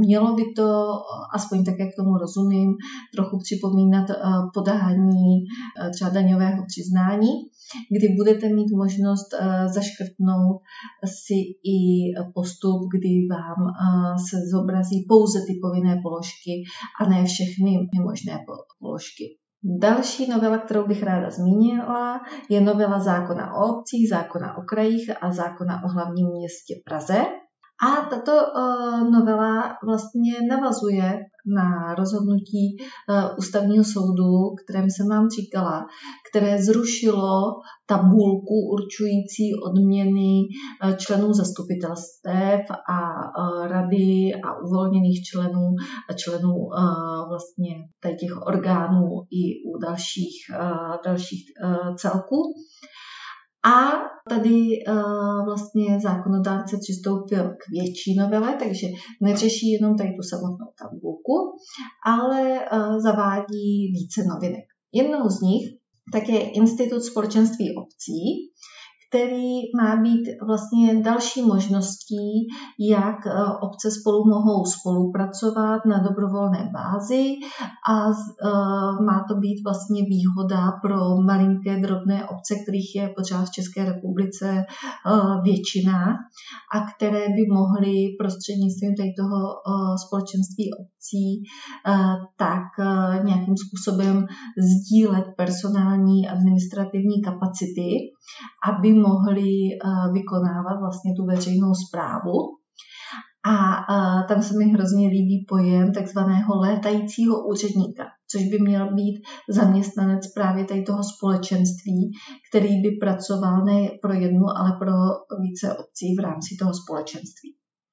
by to, aspoň tak, jak tomu rozumím, trochu připomínat podání třeba daňového přiznání, kdy budete mít možnost zaškrtnout si i postup, kdy vám se zobrazí pouze ty povinné položky a ne všechny možné položky. Další novela, kterou bych ráda zmínila, je novela zákona o obcích, zákona o krajích a zákona o hlavním městě Praze. A tato novela vlastně navazuje na rozhodnutí Ústavního soudu, kterém jsem vám říkala, které zrušilo tabulku určující odměny členů zastupitelstev a rady a uvolněných členů vlastně těch orgánů i u dalších celků. A tady vlastně zákonodárce přistoupil k větší novele, takže neřeší jenom tady tu samotnou tabulku, ale zavádí více novinek. Jednou z nich tak je Institut společenství obcí, který má být vlastně další možností, jak obce spolu mohou spolupracovat na dobrovolné bázi a má to být vlastně výhoda pro malinké drobné obce, kterých je pořád v České republice většina a které by mohly prostřednictvím toho společenství obcí tak nějakým způsobem sdílet personální administrativní kapacity, aby mohli vykonávat vlastně tu veřejnou správu. A tam se mi hrozně líbí pojem takzvaného létajícího úředníka, což by měl být zaměstnanec právě tady toho společenství, který by pracoval ne pro jednu, ale pro více obcí v rámci toho společenství.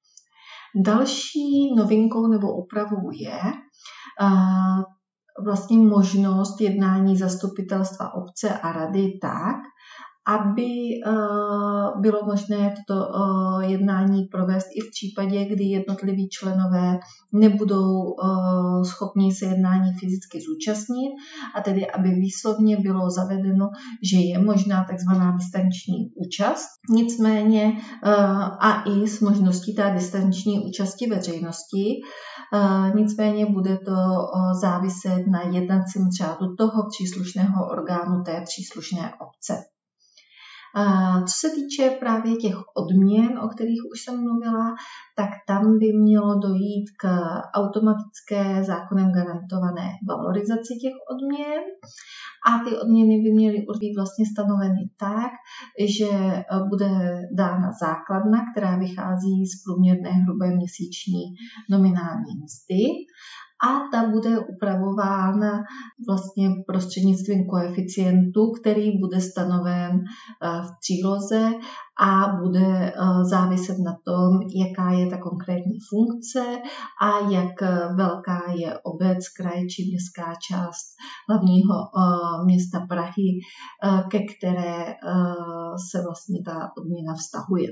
Další novinkou nebo úpravou je vlastně možnost jednání zastupitelstva obce a rady tak, aby bylo možné toto jednání provést i v případě, kdy jednotliví členové nebudou schopni se jednání fyzicky zúčastnit, a tedy aby výslovně bylo zavedeno, že je možná takzvaná distanční účast. Nicméně a i s možností té distanční účasti veřejnosti, nicméně bude to záviset na jednacím řádu toho příslušného orgánu té příslušné obce. Co se týče právě těch odměn, o kterých už jsem mluvila, tak tam by mělo dojít k automatické zákonem garantované valorizaci těch odměn a ty odměny by měly být vlastně stanoveny tak, že bude dána základna, která vychází z průměrné hrubé měsíční nominální mzdy, a ta bude upravována vlastně prostřednictvím koeficientu, který bude stanoven v příloze a bude záviset na tom, jaká je ta konkrétní funkce a jak velká je obec, kraj či městská část hlavního města Prahy, ke které se vlastně ta odměna vztahuje.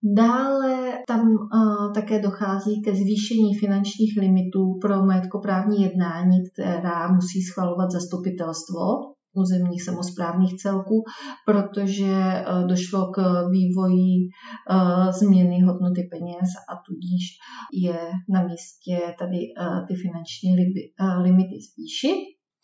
Dále tam také dochází ke zvýšení finančních limitů pro majetkoprávní jednání, která musí schvalovat zastupitelstvo územních samosprávných celků, protože došlo k vývoji změny hodnoty peněz a tudíž je na místě tady ty finanční limity zvýšit.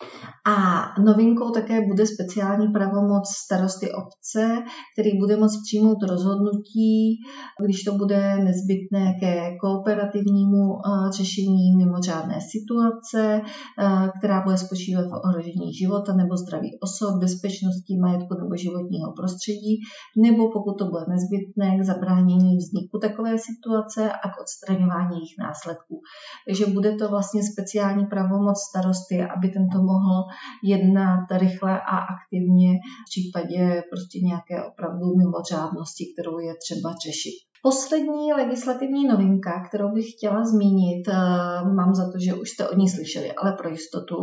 A novinkou také bude speciální pravomoc starosty obce, který bude moct přijmout rozhodnutí, když to bude nezbytné ke kooperativnímu řešení mimořádné situace, která bude spočívat v ohrožení života nebo zdraví osob, bezpečnosti, majetku nebo životního prostředí, nebo pokud to bude nezbytné k zabránění vzniku takové situace a k odstraňování jejich následků. Takže bude to vlastně speciální pravomoc starosty, aby tento mohl jednat rychle a aktivně v případě prostě nějaké opravdu mimořádnosti, kterou je třeba řešit. Poslední legislativní novinka, kterou bych chtěla zmínit, mám za to, že už jste o ní slyšeli, ale pro jistotu.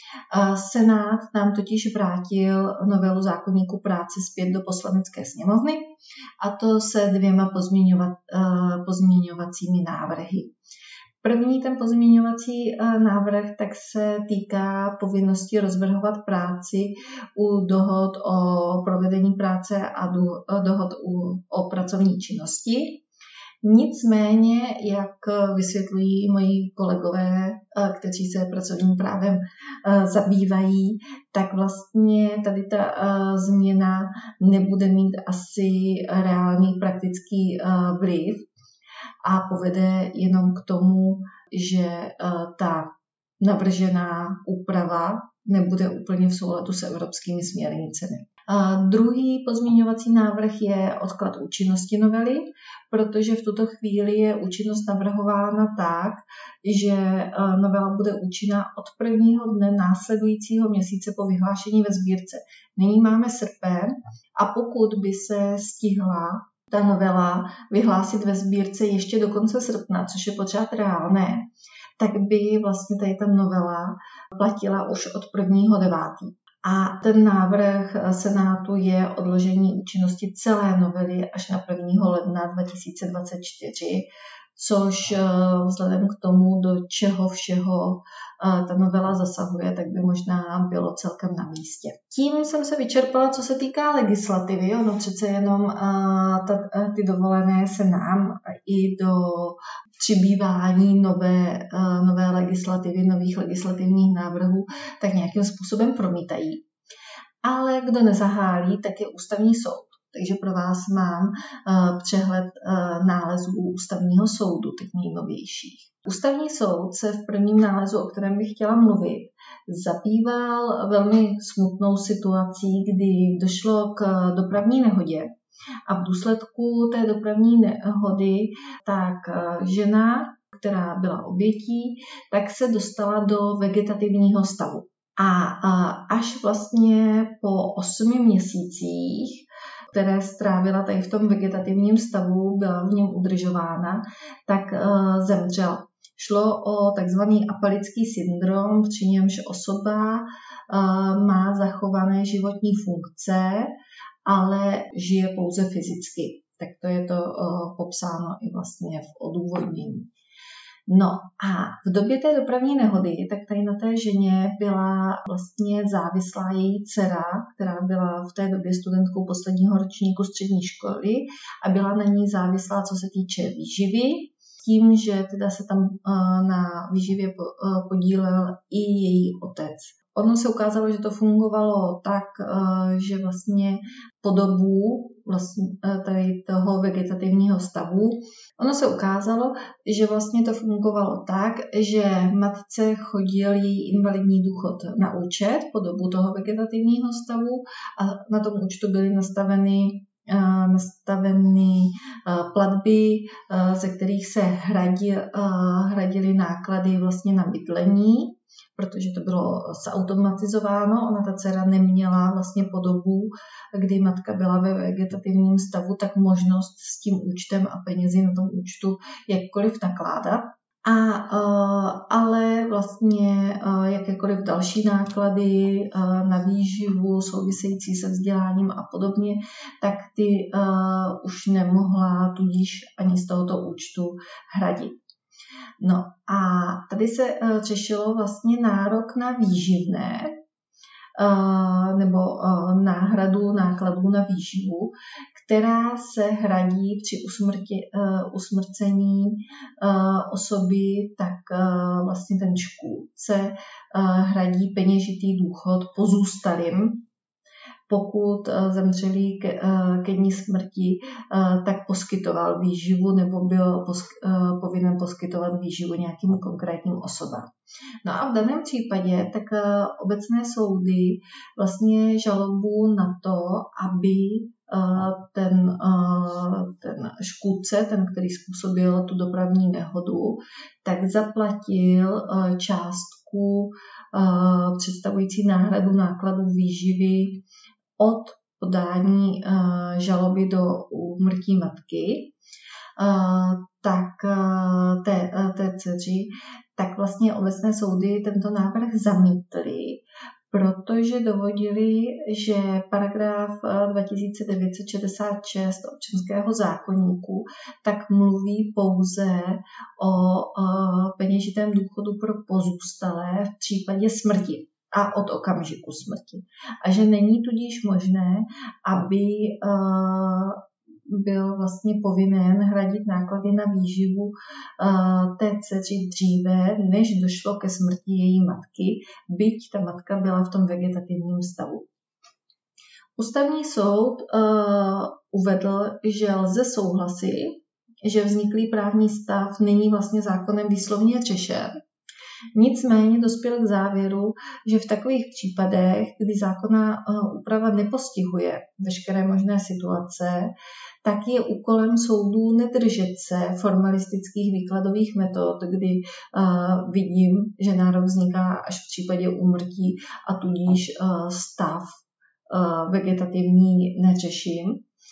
Senát nám totiž vrátil novelu zákoníku práce zpět do Poslanecké sněmovny, a to se 2 pozměňovacími návrhy. První ten pozměňovací návrh tak se týká povinnosti rozvrhovat práci u dohod o provedení práce a dohod o pracovní činnosti, Nicméně, jak vysvětlují moji kolegové, kteří se pracovním právem zabývají, tak vlastně tady ta změna nebude mít asi reálný praktický vliv a povede jenom k tomu, že ta navržená úprava nebude úplně v souladu s evropskými směrnicemi. Druhý pozměňovací návrh je odklad účinnosti novely, protože v tuto chvíli je účinnost navrhována tak, že novela bude účinná od prvního dne následujícího měsíce po vyhlášení ve sbírce. Nyní máme srpen a pokud by se stihla ta novela vyhlásit ve sbírce ještě do konce srpna, což je pořád reálné, tak by vlastně tady ta novela platila už od 1.9. A ten návrh Senátu je odložení účinnosti celé novely až na 1. ledna 2024, což vzhledem k tomu, do čeho všeho ta novela zasahuje, tak by možná bylo celkem na místě. Tím jsem se vyčerpala, co se týká legislativy. Ono přece jenom ty dovolené se nám i do přibývání nové legislativy, nových legislativních návrhů, tak nějakým způsobem promítají. Ale kdo nezahálí, tak je ústavní soud. Takže pro vás mám přehled nálezů ústavního soudu, těch nejnovějších. Ústavní soud se v prvním nálezu, o kterém bych chtěla mluvit, zabýval velmi smutnou situací, kdy došlo k dopravní nehodě a v důsledku té dopravní nehody tak žena, která byla obětí, tak se dostala do vegetativního stavu. A až vlastně po 8 měsících, které strávila tady v tom vegetativním stavu, byla v něm udržována, tak zemřela. Šlo o takzvaný apalický syndrom, při němž osoba má zachované životní funkce, ale žije pouze fyzicky. Tak to je to popsáno i vlastně v odůvodnění. No a v době té dopravní nehody, tak tady na té ženě byla vlastně závislá její dcera, která byla v té době studentkou posledního ročníku střední školy a byla na ní závislá, co se týče výživy, tím, že teda se tam na výživě podílel i její otec. Ono se ukázalo, že to fungovalo tak, že vlastně po dobu vlastně tady toho vegetativního stavu, ono se ukázalo, že vlastně to fungovalo tak, že matce chodil její invalidní důchod na účet po dobu toho vegetativního stavu a na tom účtu byly nastaveny platby, ze kterých se hradily náklady vlastně na bydlení, protože to bylo zautomatizováno. Ona ta dcera neměla vlastně po dobu, kdy matka byla ve vegetativním stavu, tak možnost s tím účtem a penězi na tom účtu jakkoliv nakládat. Ale vlastně jakékoliv další náklady na výživu související se vzděláním a podobně, tak ty už nemohla tudíž ani z tohoto účtu hradit. No a tady se řešilo vlastně nárok na výživné nebo náhradu nákladů na výživu, která se hradí při usmrcení osoby, tak vlastně ten škůdce hradí peněžitý důchod pozůstalým. Pokud zemřelý ke dni smrti, tak poskytoval výživu nebo byl povinen poskytovat výživu nějakým konkrétním osobám. No a v daném případě tak obecné soudy vlastně žalobu na to, aby ten škůdce, ten, který způsobil tu dopravní nehodu, tak zaplatil částku představující náhradu nákladů výživy od podání žaloby do úmrtí matky, tak té dceři, tak vlastně obecné soudy tento návrh zamítly, protože dovodili, že paragraf 2966 občanského zákoníku tak mluví pouze o peněžitém důchodu pro pozůstalé v případě smrti a od okamžiku smrti. A že není tudíž možné, aby byl vlastně povinen hradit náklady na výživu té dceři dříve, než došlo ke smrti její matky, byť ta matka byla v tom vegetativním stavu. Ústavní soud uvedl, že lze souhlasit, že vzniklý právní stav není vlastně zákonem výslovně řešen. Nicméně dospěl k závěru, že v takových případech, kdy zákonná úprava nepostihuje veškeré možné situace, tak je úkolem soudů nedržet se formalistických výkladových metod, kdy vidím, že nárok vzniká až v případě úmrtí a tudíž stav vegetativní neřeším,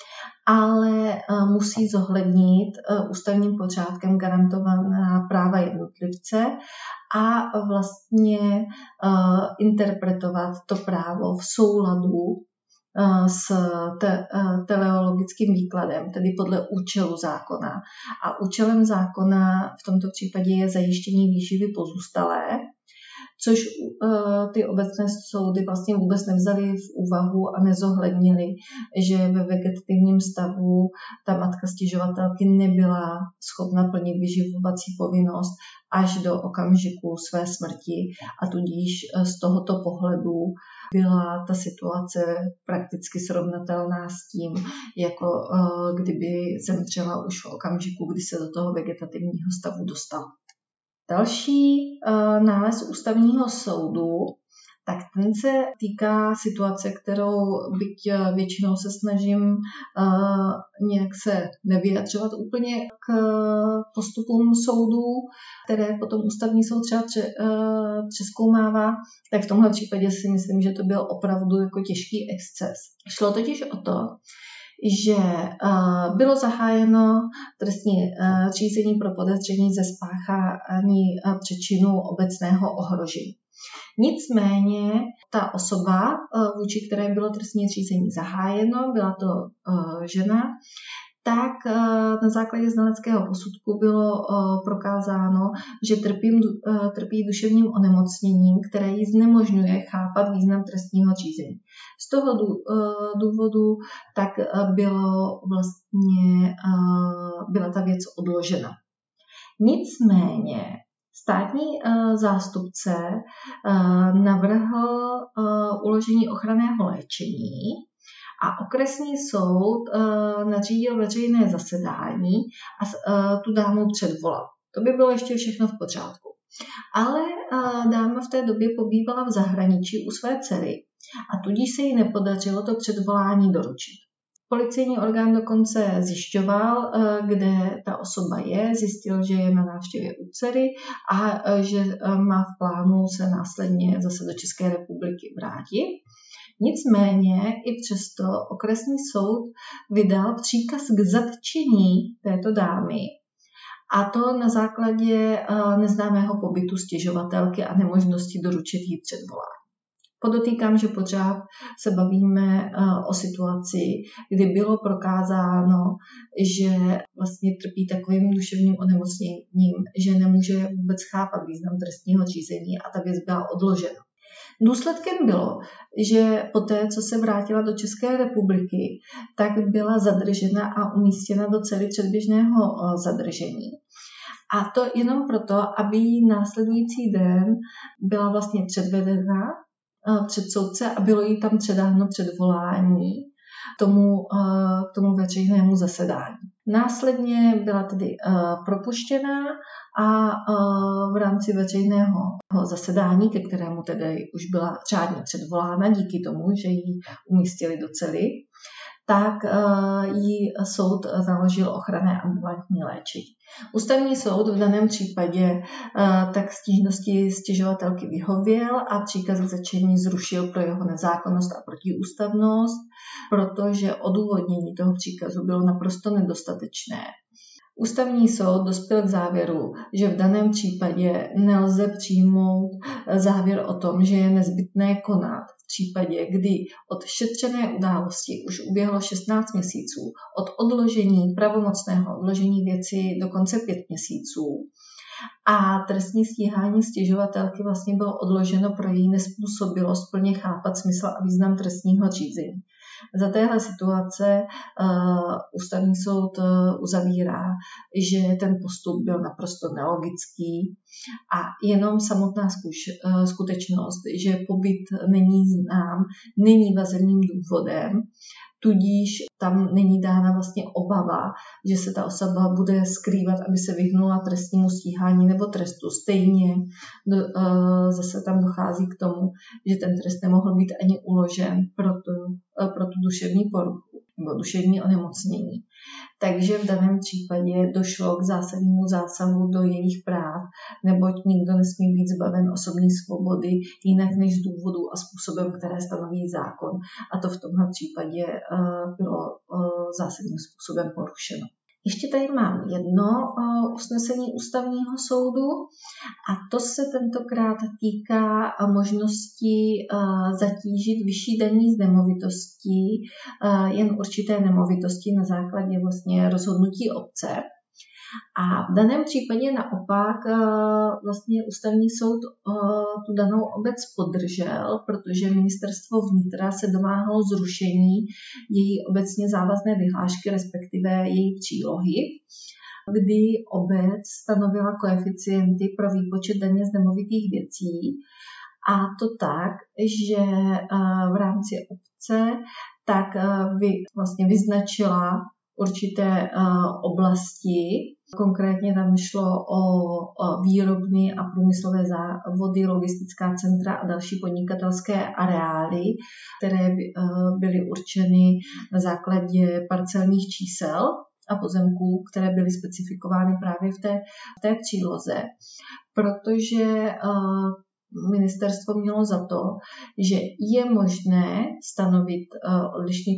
ale musí zohlednit ústavním pořádkem garantovaná práva jednotlivce a vlastně interpretovat to právo v souladu s teleologickým výkladem, tedy podle účelu zákona. A účelem zákona v tomto případě je zajištění výživy pozůstalé, což ty obecné soudy vlastně vůbec nevzaly v úvahu a nezohlednili, že ve vegetativním stavu ta matka stěžovatelky nebyla schopna plnit vyživovací povinnost až do okamžiku své smrti a tudíž z tohoto pohledu byla ta situace prakticky srovnatelná s tím, jako kdyby zemřela už v okamžiku, kdy se do toho vegetativního stavu dostala. Další nález ústavního soudu, tak ten se týká situace, kterou byť většinou se snažím nějak se nevyjadřovat úplně k postupům soudů, které potom ústavní soud třeba přezkoumává, tak v tomhle případě si myslím, že to byl opravdu jako těžký exces. Šlo totiž o to, že bylo zahájeno trestní řízení pro podezření ze spáchání přečinu obecného ohrožení. Nicméně ta osoba, vůči které bylo trestní řízení zahájeno, byla to žena, tak na základě znaleckého posudku bylo prokázáno, že trpí duševním onemocněním, které jí znemožňuje chápat význam trestního řízení. Z toho důvodu tak byla ta věc odložena. Nicméně státní zástupce navrhl uložení ochranného léčení a okresní soud nařídil veřejné zasedání a tu dámu předvolal. To by bylo ještě všechno v pořádku. Ale dáma v té době pobývala v zahraničí u své dcery a tudíž se jí nepodařilo to předvolání doručit. Policejní orgán dokonce zjišťoval, kde ta osoba je, zjistil, že je na návštěvě u dcery a že má v plánu se následně zase do České republiky vrátit. Nicméně i přesto okresní soud vydal příkaz k zatčení této dámy, a to na základě neznámého pobytu stěžovatelky a nemožnosti doručit jí předvolání. Podotýkám, že pořád se bavíme o situaci, kdy bylo prokázáno, že vlastně trpí takovým duševním onemocněním, že nemůže vůbec chápat význam trestního řízení a ta věc byla odložena. Důsledkem bylo, že poté, co se vrátila do České republiky, tak byla zadržena a umístěna do cely předběžného zadržení. A to jenom proto, aby jí následující den byla vlastně předvedena před soudce a bylo jí tam předáno předvolání k tomu veřejnému zasedání. Následně byla tedy propuštěna a v rámci veřejného zasedání, ke kterému tedy už byla řádně předvolána díky tomu, že ji umístili do cely, tak jí soud naložil ochranné ambulantní léčení. Ústavní soud v daném případě tak stížnosti stěžovatelky vyhověl a příkaz k zatčení zrušil pro jeho nezákonnost a protiústavnost, protože odůvodnění toho příkazu bylo naprosto nedostatečné. Ústavní soud dospěl k závěru, že v daném případě nelze přijmout závěr o tom, že je nezbytné konat v případě, kdy od šetřené události už uběhlo 16 měsíců, od odložení pravomocného odložení věci dokonce 5 měsíců a trestní stíhání stěžovatelky vlastně bylo odloženo pro její nezpůsobilost plně chápat smysl a význam trestního řízení. Za téhle situace ústavní soud uzavírá, že ten postup byl naprosto nelogický a jenom samotná skutečnost, že pobyt není znám, není vazebním důvodem, tudíž tam není dána vlastně obava, že se ta osoba bude skrývat, aby se vyhnula trestnímu stíhání nebo trestu. Stejně zase tam dochází k tomu, že ten trest nemohl být ani uložen pro tu duševní poruchu nebo duševní onemocnění. Takže v daném případě došlo k zásadnímu zásahu do jejich práv, neboť nikdo nesmí být zbaven osobní svobody jinak než z důvodu a způsobem, které stanoví zákon. A to v tomhle případě bylo zásadním způsobem porušeno. Ještě tady mám jedno usnesení ústavního soudu a to se tentokrát týká možnosti zatížit vyšší daní z nemovitostí jen určité nemovitosti na základě vlastně rozhodnutí obce. A v daném případě naopak vlastně ústavní soud tu danou obec podržel, protože ministerstvo vnitra se domáhalo zrušení její obecně závazné vyhlášky, respektive její přílohy, kdy obec stanovila koeficienty pro výpočet daně z nemovitých věcí a to tak, že v rámci obce tak vlastně vyznačila určité oblasti. Konkrétně tam šlo o výrobny a průmyslové závody, logistická centra a další podnikatelské areály, které byly určeny na základě parcelních čísel a pozemků, které byly specifikovány právě v té příloze, protože ministerstvo mělo za to, že je možné stanovit odlišný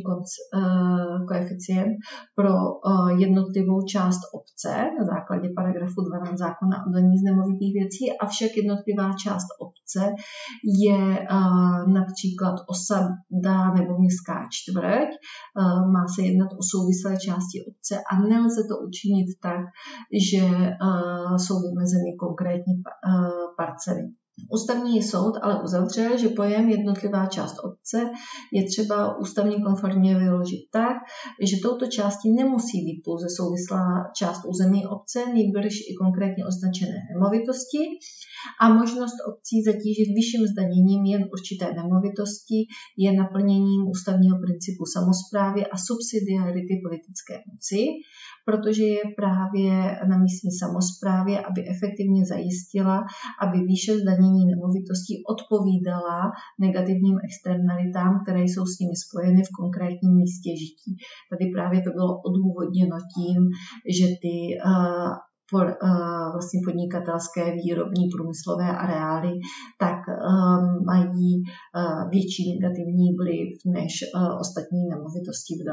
koeficient pro jednotlivou část obce na základě paragrafu 12 zákona o daní z nemovitých věcí, avšak jednotlivá část obce je například osada nebo městská čtvrť, má se jednat o souvislé části obce a nelze to učinit tak, že jsou vymezeny konkrétní parcely. Ústavní soud ale uzavřel, že pojem jednotlivá část obce je třeba ústavně konformně vyložit tak, že touto částí nemusí být pouze souvislá část území obce, nýbrž i konkrétně označené nemovitosti a možnost obcí zatížit vyšším zdaněním jen určité nemovitosti je naplněním ústavního principu samosprávy a subsidiarity politické moci, protože je právě na místní samosprávě, aby efektivně zajistila, aby výše zdanění nemovitostí odpovídala negativním externalitám, které jsou s nimi spojeny v konkrétním místě žití. Tady právě to bylo odůvodněno tím, že ty vlastně podnikatelské, výrobní, průmyslové areály, tak mají větší negativní vliv než ostatní nemovitosti v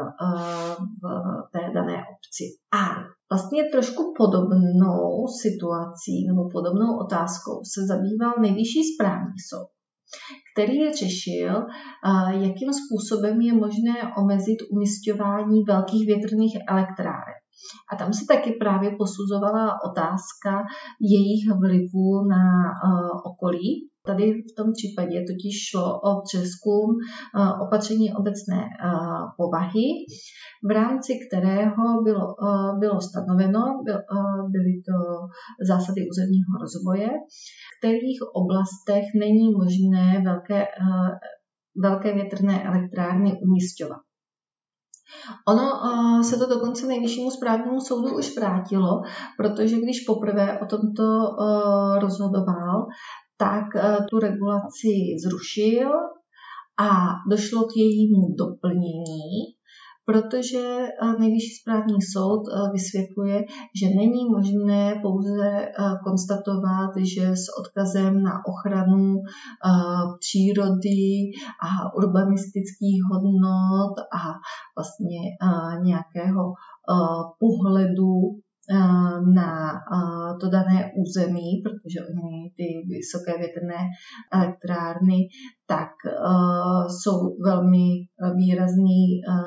té dané obci. A vlastně trošku podobnou situací nebo podobnou otázkou se zabýval Nejvyšší správní soud, který řešil, jakým způsobem je možné omezit umisťování velkých větrných elektráren. A tam se taky právě posuzovala otázka jejich vlivu na okolí. Tady v tom případě totiž šlo o přezkum opatření obecné povahy, v rámci kterého bylo stanoveno, byly to zásady územního rozvoje, v kterých oblastech není možné velké větrné elektrárny umisťovat. Ono se to dokonce Nejvyššímu správnímu soudu už vrátilo, protože když poprvé o tomto rozhodoval, tak tu regulaci zrušil a došlo k jejímu doplnění, protože Nejvyšší správní soud vysvětluje, že není možné pouze konstatovat, že s odkazem na ochranu přírody a urbanistických hodnot a vlastně nějakého pohledu na to dané území, protože oni ty vysoké větrné elektrárny tak jsou velmi výrazný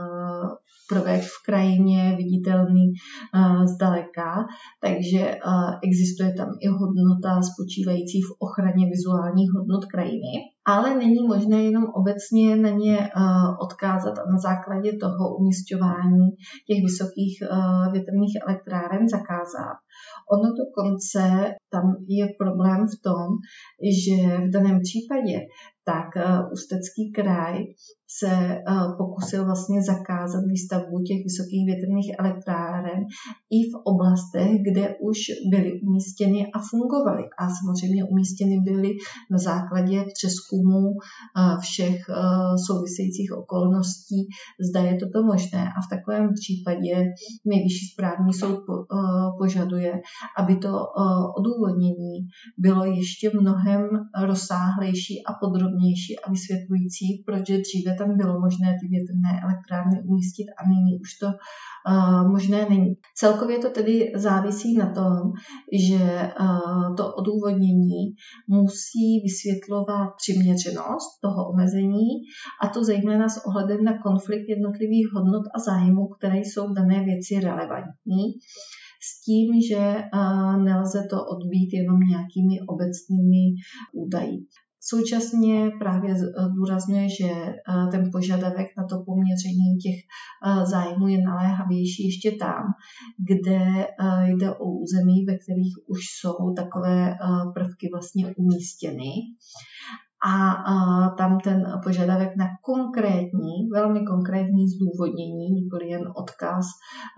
prvek v krajině viditelný zdaleka, takže existuje tam i hodnota spočívající v ochraně vizuálních hodnot krajiny, ale není možné jenom obecně na ně odkázat a na základě toho umisťování těch vysokých větrných elektráren zakázat. Ono dokonce tam je problém v tom, že v daném případě tak Ústecký kraj se pokusil vlastně zakázat výstavbu těch vysokých větrných elektráren i v oblastech, kde už byly umístěny a fungovaly. A samozřejmě umístěny byly na základě přezkumu všech souvisejících okolností, zda je toto možné. A v takovém případě Nejvyšší správní soud požaduje, aby to odůvodnění bylo ještě mnohem rozsáhlejší a podrobnější a vysvětlující, proč dříve tam bylo možné ty větrné elektrárny umístit a nyní už to možné není. Celkově to tedy závisí na tom, že to odůvodnění musí vysvětlovat přiměřenost toho omezení, a to zejména s ohledem na konflikt jednotlivých hodnot a zájmů, které jsou v dané věci relevantní, s tím, že nelze to odbít jenom nějakými obecnými údaji. Současně právě zdůrazňuje, že ten požadavek na to poměření těch zájmů je naléhavější ještě tam, kde jde o území, ve kterých už jsou takové prvky vlastně umístěny. A tam ten požadavek na konkrétní, velmi konkrétní zdůvodnění, nikoli jen odkaz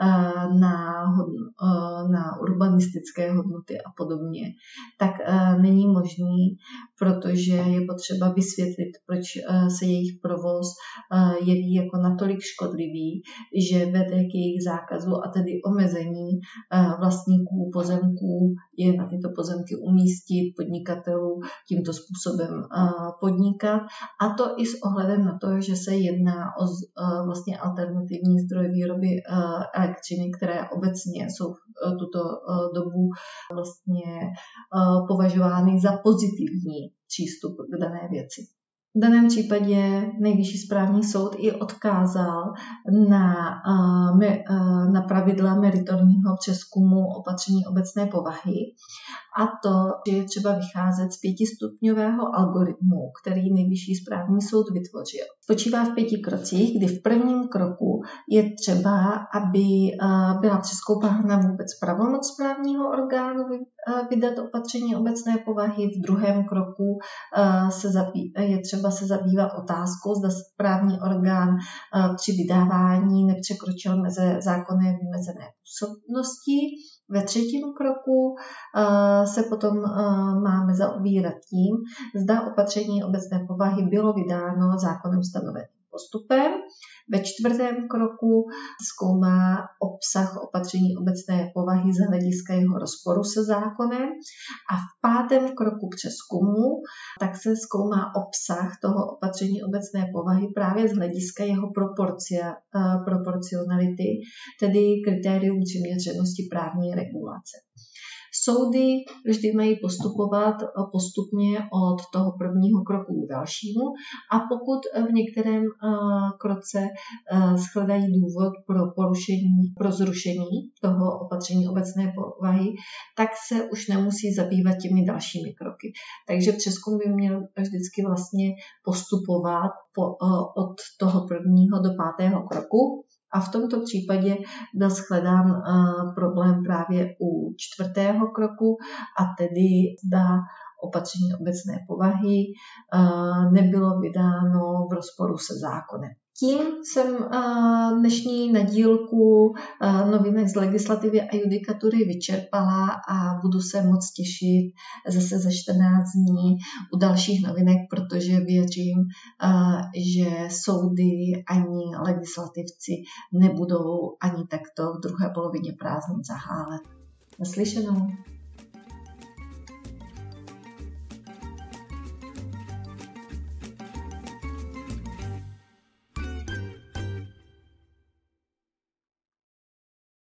na urbanistické hodnoty a podobně, tak není možný, protože je potřeba vysvětlit, proč se jejich provoz jeví jako natolik škodlivý, že vede k jejich zákazu a tedy omezení vlastníků pozemků je na tyto pozemky umístit, podnikatelů tímto způsobem podnikat, a to i s ohledem na to, že se jedná o vlastně alternativní zdroj výroby elektřiny, které obecně jsou v tuto dobu vlastně považovány za pozitivní přístup k dané věci. V daném případě Nejvyšší správní soud i odkázal na pravidla meritorního přezkumu opatření obecné povahy, a to, že je třeba vycházet z 5stupňového algoritmu, který Nejvyšší správní soud vytvořil. Spočívá v 5 krocích, kdy v prvním kroku je třeba, aby byla přezkoumána vůbec pravomoc správního orgánu vydat opatření obecné povahy. V druhém kroku je třeba se zabývat otázkou, zda správní orgán při vydávání nepřekročil meze zákonné vymezené působnosti. Ve třetím kroku se potom máme zaobírat tím, zda opatření obecné povahy bylo vydáno zákonem stanoveným postupem. Ve čtvrtém kroku zkoumá obsah opatření obecné povahy z hlediska jeho rozporu se zákonem, a v pátém kroku přezkumu tak se zkoumá obsah toho opatření obecné povahy právě z hlediska jeho proporcionality, tedy kritérium přiměřenosti právní regulace. Soudy vždy mají postupovat postupně od toho prvního kroku k dalšímu, a pokud v některém kroce shledají důvod pro zrušení toho opatření obecné povahy, tak se už nemusí zabývat těmi dalšími kroky. Takže přezkum by měl vždycky vlastně postupovat od toho prvního do pátého kroku. A v tomto případě byl shledán problém právě u čtvrtého kroku, a tedy zda opatření obecné povahy nebylo vydáno v rozporu se zákonem. Tím jsem dnešní nadílku novinek z legislativy a judikatury vyčerpala a budu se moc těšit zase za 14 dní u dalších novinek, protože věřím, že soudy ani legislativci nebudou ani takto v druhé polovině prázdnin zahálet. Naslyšenou.